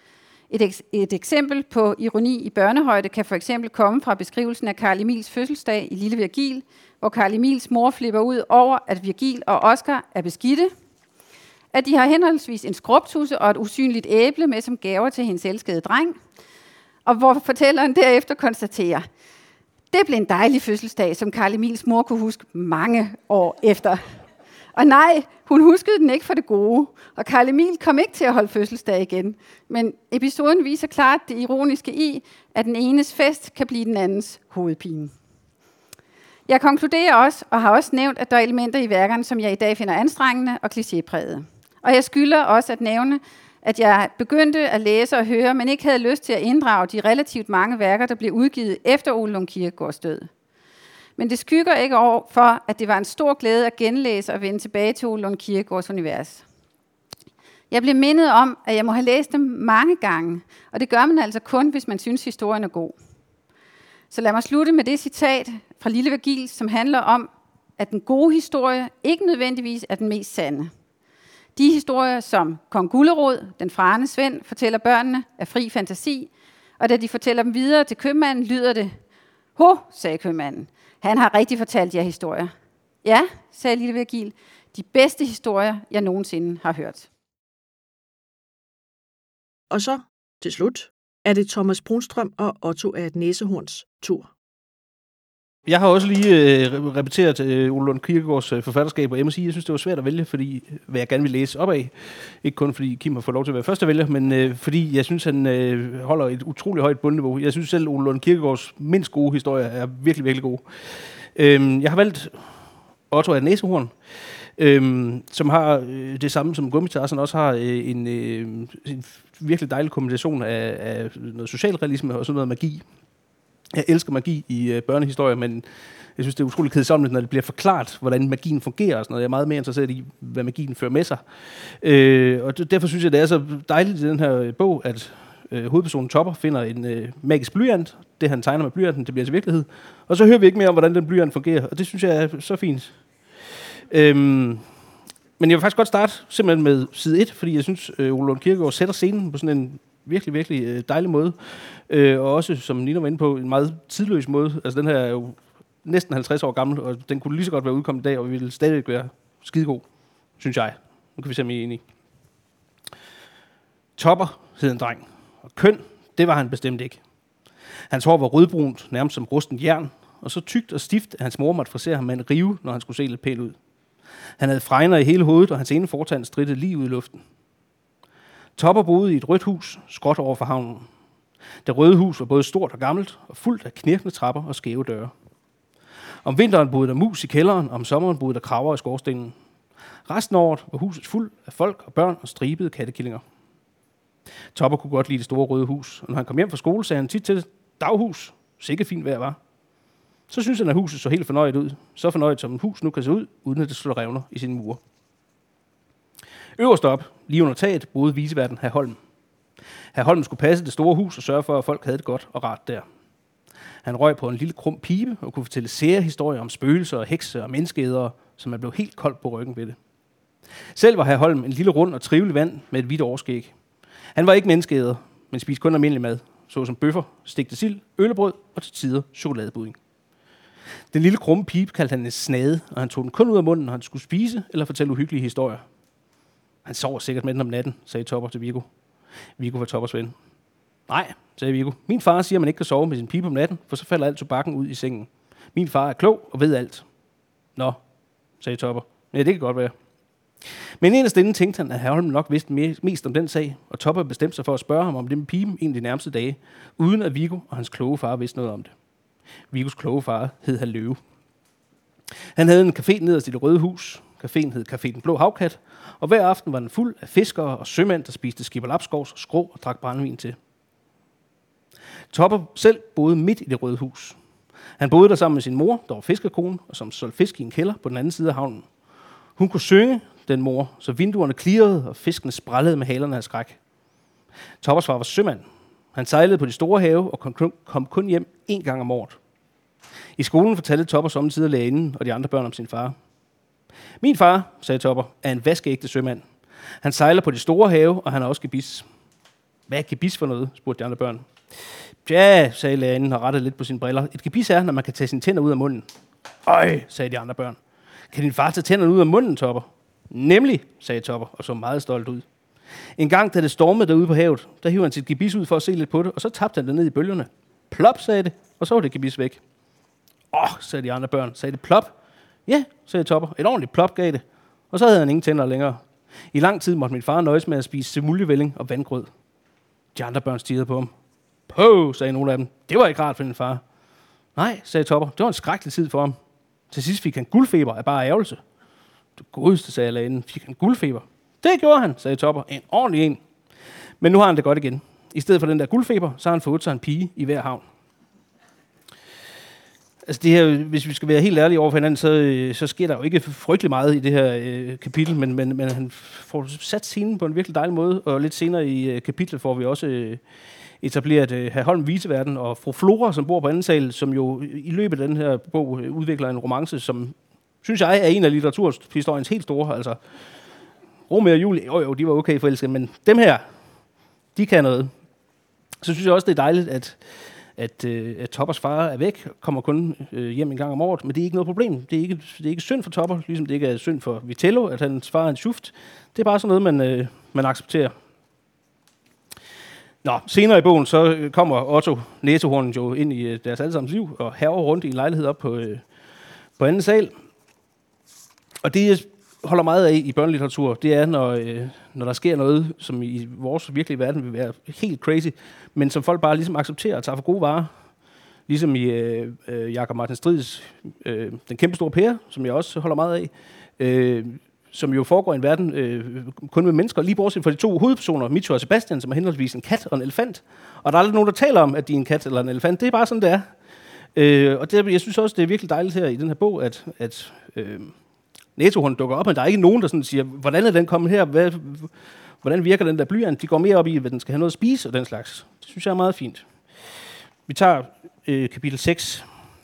Et eksempel på ironi i børnehøjde kan for eksempel komme fra beskrivelsen af Carl Emils fødselsdag i Lille Virgil, hvor Carl Emils mor flipper ud over, at Virgil og Oscar er beskidte, at de har henholdsvis en skrubtusse og et usynligt æble med som gaver til hendes elskede dreng, og hvor fortælleren derefter konstaterer, det blev en dejlig fødselsdag, som Carl Emils mor kunne huske mange år efter. Og nej, hun huskede den ikke for det gode, og Carl Emil kom ikke til at holde fødselsdag igen. Men episoden viser klart det ironiske i, at den enes fest kan blive den andens hovedpine. Jeg konkluderer også, og har også nævnt, at der er elementer i værkerne, som jeg i dag finder anstrengende og klichéprægede. Og jeg skylder også at nævne, at jeg begyndte at læse og høre, men ikke havde lyst til at inddrage de relativt mange værker, der blev udgivet efter Ole Lund Kirkegaards død. Men det skygger ikke over for, at det var en stor glæde at genlæse og vende tilbage til Ole Lund Kirkegaards univers. Jeg blev mindet om, at jeg må have læst dem mange gange, og det gør man altså kun, hvis man synes, historien er god. Så lad mig slutte med det citat fra Lille Virgil, som handler om, at den gode historie ikke nødvendigvis er den mest sande. De historier, som Kong Gullerod, den frane Svend, fortæller børnene, er fri fantasi, og da de fortæller dem videre til købmanden, lyder det, "Ho", sagde købmanden, "han har rigtig fortalt jer historier." "Ja", sagde Lille Virgil, "de bedste historier, jeg nogensinde har hørt." Og så, til slut, er det Thomas Brunstrøm og Otto af Næsehorns tur. Jeg har også lige repeteret Ole Lund Kirkegaards forfatterskab, og jeg må sige, jeg synes, det var svært at vælge, fordi hvad jeg gerne vil læse op af. Ikke kun fordi Kim har fået lov til at være første vælger, men fordi jeg synes, han holder et utroligt højt bundniveau. Jeg synes selv, Ole Lund Kirkegaards mindst gode historier er virkelig, virkelig gode. Jeg har valgt Otto af Næsehorn, som har det samme som Gummitarsen, også har en virkelig dejlig kombination af noget socialrealisme og sådan noget magi. Jeg elsker magi i børnehistorier, men jeg synes, det er utroligt kedsommeligt, når det bliver forklaret, hvordan magien fungerer og sådan noget. Jeg er meget mere interesseret i, hvad magien fører med sig. Og derfor synes jeg, det er så dejligt i den her bog, at hovedpersonen Topper finder en magisk blyant. Det, han tegner med blyanten, det bliver til virkelighed. Og så hører vi ikke mere om, hvordan den blyant fungerer, og det synes jeg er så fint. Men jeg vil faktisk godt starte simpelthen med side 1, fordi jeg synes, Ole Lund Kirkegaard sætter scenen på sådan en virkelig, virkelig dejlig måde. Og også, som Nina var inde på, en meget tidløs måde. Altså, den her er jo næsten 50 år gammel, og den kunne lige så godt være udkommet i dag, og vi ville stadig være skidegod, synes jeg. Nu kan vi se, om I er enige. Topper hed en dreng, og køn, det var han bestemt ikke. Hans hår var rødbrunt, nærmest som rusten jern, og så tykt og stift, at hans mor måtte frisere ham med en rive, når han skulle se lidt pæl ud. Han havde fregner i hele hovedet, og hans ene fortand strittede lige ud i luften. Topper boede i et rødt hus, skråt over for havnen. Det røde hus var både stort og gammelt, og fuldt af knirkende trapper og skæve døre. Om vinteren boede der mus i kælderen, og om sommeren boede der kraver i skorstenen. Resten af året var huset fuld af folk og børn og stribede kattekillinger. Topper kunne godt lide det store røde hus, og når han kom hjem fra skole, sagde han tit til Daghus. Sikke fint vejr, var. Så synes han, at huset så helt fornøjet ud. Så fornøjet, som et hus nu kan se ud, uden at det slår revner i sine mure. Øverst op, lige under taget, boede viceverden hr. Holm. Hr. Holm skulle passe det store hus og sørge for, at folk havde det godt og rart der. Han røg på en lille krum pibe og kunne fortælle sære historier om spøgelser og hekse og menneskeædere, som man blev helt koldt på ryggen ved det. Selv var hr. Holm en lille rund og trivelig mand med et hvidt overskæg. Han var ikke menneskeæder, men spiste kun almindelig mad, såsom bøffer, stegte sild, øllebrød og til tider chokoladebudding. Den lille krumme pibe kaldte han en snade, og han tog den kun ud af munden, når han skulle spise eller fortælle uhyggelige historier. Han sover sikkert med den om natten, sagde Topper til Viggo. Viggo var Toppers ven. Nej, sagde Viggo. Min far siger, at man ikke kan sove med sin pibe om natten, for så falder alt tobakken ud i sengen. Min far er klog og ved alt. Nå, sagde Topper. Ja, det kan godt være. Men inderst inden tænkte han, at Holm nok vidste mest om den sag, og Topper bestemte sig for at spørge ham om det med piben en af de nærmeste dage, uden at Viggo og hans kloge far vidste noget om det. Viggos kloge far hed han Løve. Han havde en café nederst i Det Røde Hus. Caféen hed Café Den Blå Havkat, og hver aften var den fuld af fiskere og sømænd, der spiste skipperlapskovs og skrå og drak brændevin til. Topper selv boede midt i Det Røde Hus. Han boede der sammen med sin mor, der var fiskerkone, og som solgte fisk i en kælder på den anden side af havnen. Hun kunne synge, den mor, så vinduerne klirrede, og fiskene sprællede med halerne af skræk. Toppers far var sømand. Han sejlede på de store have og kom kun hjem 1 gang om året. I skolen fortalte Topper sommetider lærerinden og de andre børn om sin far. Min far, sagde Topper, er en vaskeægte sømand. Han sejler på de store have, og han har også gebis. Hvad er gebis for noget, spurgte de andre børn. Ja, sagde lærerinden og rettede lidt på sine briller. Et gebis er, når man kan tage sine tænder ud af munden. Øj, sagde de andre børn. Kan din far tage tænderne ud af munden, Topper? Nemlig, sagde Topper og så meget stolt ud. En gang, da det stormede derude på havet, der hiv han sit gebis ud for at se lidt på det, og så tabte han det ned i bølgerne. Plop, sagde det, og så var det gebis væk. Sagde de andre børn. Sagde det plop? Ja, sagde Topper. Et ordentligt plop gav det. Og så havde han ingen tænder længere. I lang tid måtte min far nøjes med at spise semuljevælling og vandgrød. De andre børn stirrede på ham. På, sagde nogle af dem. Det var ikke rart for din far. Nej, sagde Topper. Det var en skrækkelig tid for ham. Til sidst fik han guldfeber af bare ærgelse. Det godeste, sagde lærerinden. Fik han guldfeber? Det gjorde han, sagde Topper. En ordentlig en. Men nu har han det godt igen. I stedet for den der guldfeber, så har han fået sig en pige i hver havn. Altså det her, hvis vi skal være helt ærlige over for hinanden, så sker der jo ikke frygtelig meget i det her kapitel, men han får sat scenen på en virkelig dejlig måde, og lidt senere i kapitlet får vi også etableret hr. Holm viceverden og fru Flora, som bor på anden sal, som jo i løbet af den her bog udvikler en romance, som synes jeg er en af litteraturhistoriens helt store. Altså Romeo og Julie, jo, de var okay forelskede, men dem her, de kan noget. Så synes jeg også, det er dejligt, at Toppers far er væk, kommer kun hjem en gang om året, men det er ikke noget problem. Det er ikke synd for Topper, ligesom det ikke er synd for Vitello, at hans far er en schuft. Det er bare sådan noget, man accepterer. Nå, senere i bogen, så kommer Otto Næsehorn jo ind i deres allesammens liv, og hærger rundt i en lejlighed op på anden sal. Og det, jeg holder meget af i børnelitteratur, det er, når der sker noget, som i vores virkelige verden vil være helt crazy, men som folk bare ligesom accepterer og tager for gode varer. Ligesom i Jakob Martin Strids Den kæmpe store pære, som jeg også holder meget af, som jo foregår i en verden kun med mennesker, lige bortset fra de 2 hovedpersoner, Micho og Sebastian, som er henholdsvis en kat og en elefant. Og der er aldrig nogen, der taler om, at de er en kat eller en elefant. Det er bare sådan, det er. Og jeg synes også, det er virkelig dejligt her i den her bog, at Næsehorn dukker op, men der er ikke nogen, der sådan siger, hvordan er den kommet her? Hvordan virker den der blyant? De går mere op i, hvad den skal have noget at spise og den slags. Det synes jeg er meget fint. Vi tager kapitel 6.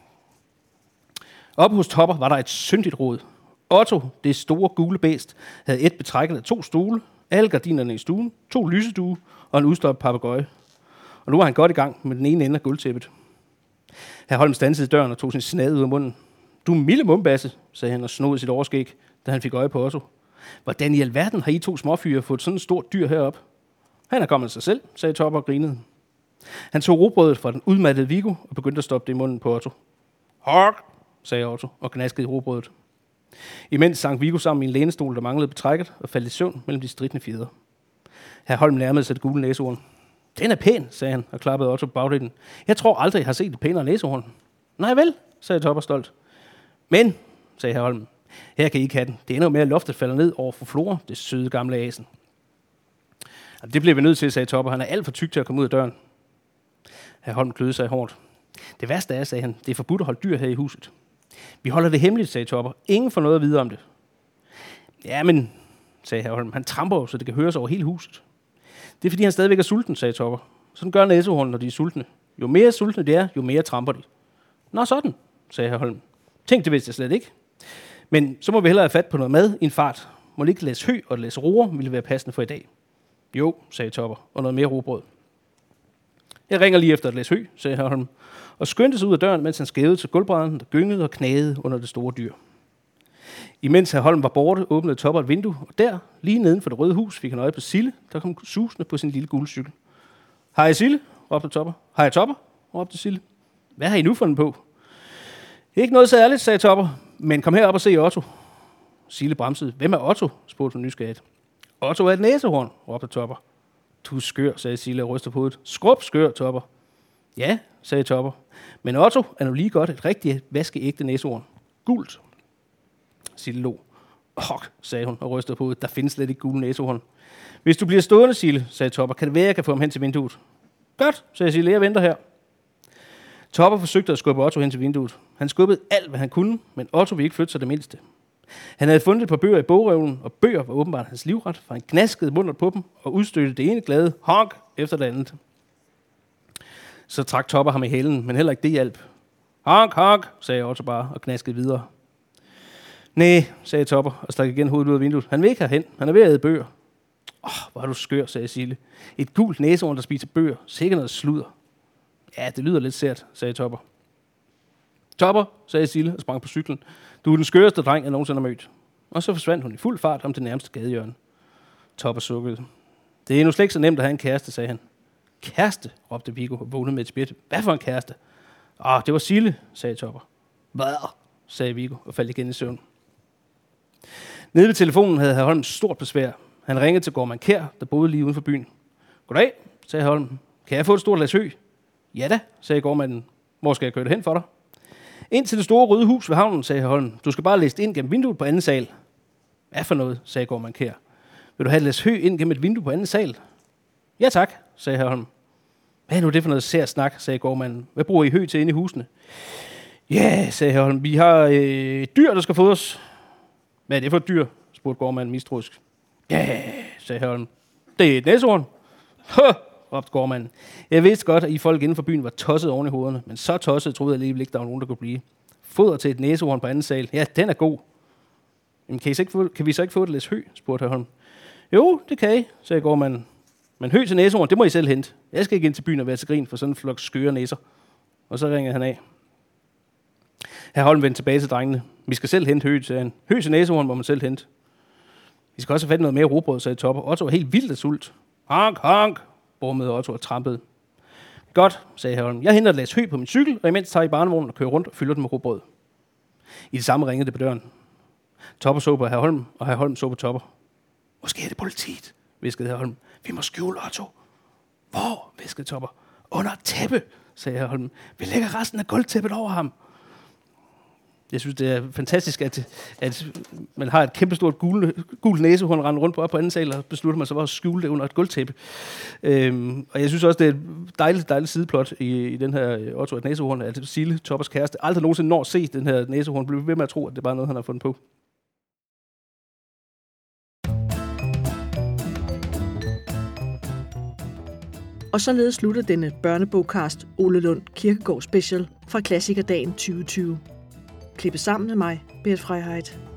Oppe hos Topper var der et syndigt råd. Otto, det store gule bæst, havde et betrækket af 2 stole, alle gardinerne i stuen, 2 lysedue og en udstoppet papegøje. Og nu var han godt i gang med den ene ende af gulvtæppet. Hr. Holm standsede i døren og tog sin snade ud af munden. Du er milde mumbasse, sagde han og snodede sit overskæg, da han fik øje på Otto. Hvordan i alverden har I 2 småfyre fået sådan et stort dyr herop? Han er kommet af sig selv, sagde Topper og grinede. Han tog rugbrødet fra den udmattede Viggo og begyndte at stoppe det i munden på Otto. Hok, sagde Otto og gnaskede i rugbrødet. Imens sank Viggo sammen i en lænestol, der manglede betrækket, og faldt i søvn mellem de stridende fjeder. Hr. Holm nærmede sig det gule næsehorn. Den er pæn, sagde han og klappede Otto på bagdelen. Jeg tror aldrig, jeg har set et pænere næsehorn. Nej vel, sagde Topper stolt. Men, sagde hr. Holm, her kan I ikke have den. Det er endnu mere, loftet falder ned over for Flora, det søde gamle asen. Det bliver vi nødt til, sagde Topper. Han er alt for tyk til at komme ud af døren. Hr. Holm kløede sig hårdt. Det værste er, sagde han, det er forbudt at holde dyr her i huset. Vi holder det hemmeligt, sagde Topper. Ingen får noget at vide om det. Ja, men, sagde hr. Holm, han tramper jo, så det kan høres over hele huset. Det er, fordi han stadigvæk er sulten, sagde Topper. Sådan gør næsehorn, når de er sultne. Jo mere sultne de er, jo mere tramper de. Nå, sådan, sagde hr. Holm. Tænk, det vidste jeg slet ikke. Men så må vi hellere have fat på noget mad i en fart. Må ikke læse hø og læse roer, ville være passende for i dag. Jo, sagde Topper, og noget mere robrød. Jeg ringer lige efter at læse hø, sagde hr. Holm, og skyndte sig ud af døren, mens han skævede til gulvbrædderen, der gyngede og knagede under det store dyr. Imens hr. Holm var borte, åbnede Topper et vindue, og der, lige neden for det røde hus, fik han øje på Sille, der kom susende på sin lille gule cykel. Hej Sille, råbte Topper. Hej Topper, råbte Sille. Hvad har I nu fundet på? Ikke noget særligt, sagde Topper, men kom herop og se Otto. Sille bremsede. Hvem er Otto? Spurgte hun nysgerrigt. Otto er et næsehorn, råbte Topper. Du er skør, sagde Sille og rystede på hovedet. Skrub skør, Topper. Ja, sagde Topper. Men Otto er nu lige godt et rigtigt vaskeægte næsehorn. Gult. Sille lå. Sagde hun og rystede på hovedet. Der findes slet ikke gule næsehorn. Hvis du bliver stående, Sille, sagde Topper, kan det være, jeg kan få ham hen til vinduet. Godt, sagde Sille, jeg venter her. Topper forsøgte at skubbe Otto hen til vinduet. Han skubbede alt, hvad han kunne, men Otto ville ikke flytte sig det mindste. Han havde fundet et par bøger i bogrøven, og bøger var åbenbart hans livret, for han gnaskede munden på dem og udstødte det ene glade honk efter det andet. Så trak Topper ham i hælen, men heller ikke det hjalp. Honk, honk, sagde Otto bare og gnaskede videre. Næh, sagde Topper og stak igen hovedet ud af vinduet. Han vil ikke herhen. Han er ved at æde bøger. Hvor er du skør, sagde Sille. Et gult næsehorn, der spiser bøger. Sikkert noget sludder. Ja, det lyder lidt sært, sagde Topper. Topper, sagde Sille og sprang på cyklen. Du er den skøreste dreng, jeg nogensinde har mødt. Og så forsvandt hun i fuld fart om det nærmeste gadehjørne. Topper sukkede. Det er nu slet ikke så nemt at have en kæreste, sagde han. Kæreste, råbte Viggo og vågnede med et spjæt. Hvad for en kæreste? Det var Sille, sagde Topper. Hvad? Sagde Viggo og faldt igen i søvn. Nede ved telefonen havde hr. Holm stort besvær. Han ringede til gårdmand Kjær, der boede lige uden for byen. Goddag, sagde Holm. Kan jeg få et stort læs hø? Ja da, sagde gårdmanden. Hvor skal jeg køre det hen for dig? Ind til det store røde hus ved havnen, sagde Holm. Du skal bare læse ind gennem vinduet på anden sal. Hvad for noget, sagde gårdmand Kjær. Vil du have et læs hø ind gennem et vindue på anden sal? Ja tak, sagde Holm. Hvad er nu det for noget sær snak, sagde gårdmanden. Hvad bruger I hø til inde i husene? Ja, sagde Holm. Vi har dyr, der skal fodres. Hvad er det for et dyr? Spurgte gårdmanden mistroisk. Ja, sagde Holm. Det er et næsehorn. Råbte gårdmanden. Jeg vidste godt, at I folk inden for byen var tosset oven i hovederne, men så tosset troede jeg alligevel ikke, der var nogen, der kunne blive. Foder til et næsehorn på anden sal. Ja, den er god. Jamen, kan vi så ikke få et læs hø? Spurgte Holm. Jo, det kan I, sagde gårdmanden. Men hø til næsehorn, det må I selv hente. Jeg skal ikke ind til byen og være til grin for sådan en flok skøre næser. Og så ringede han af. Hr. Holm vendte tilbage til drengene. Vi skal selv hente hø, sagde han. Hø til næsehorn må man selv hente. Vi skal også have fat noget mere rugbrød, sagde Topper. Otto var helt vildt af sult. Honk, honk, brummede Otto og trampede. Godt, sagde hr. Holm. Jeg henter et læs hø på min cykel, og imens tager I barnevognen og kører rundt og fylder den med rugbrød. I det samme ringede det på døren. Topper så på hr. Holm, og hr. Holm så på Topper. Måske er det politiet, viskede hr. Holm. Vi må skjule Otto. Hvor, viskede Topper. Under et tæppe, sagde hr. Holm. Vi lægger resten af gulvtæppet over ham. Jeg synes, det er fantastisk, at man har et kæmpestort gult næsehorn rende rundt på anden sal, og beslutter man så bare at skjule det under et gulvtæppe. Og jeg synes også, det er et dejligt sideplot i den her Otto et næsehorn, at Sille, Toppers kæreste, aldrig nogensinde når at se den her næsehorn, bliver ved med at tro, at det er bare noget, han har fundet på. Og således slutter denne børnebogcast Ole Lund Kirkegaard Special fra Klassikerdagen 2020. Klippet sammen med mig, Berit Freiheit.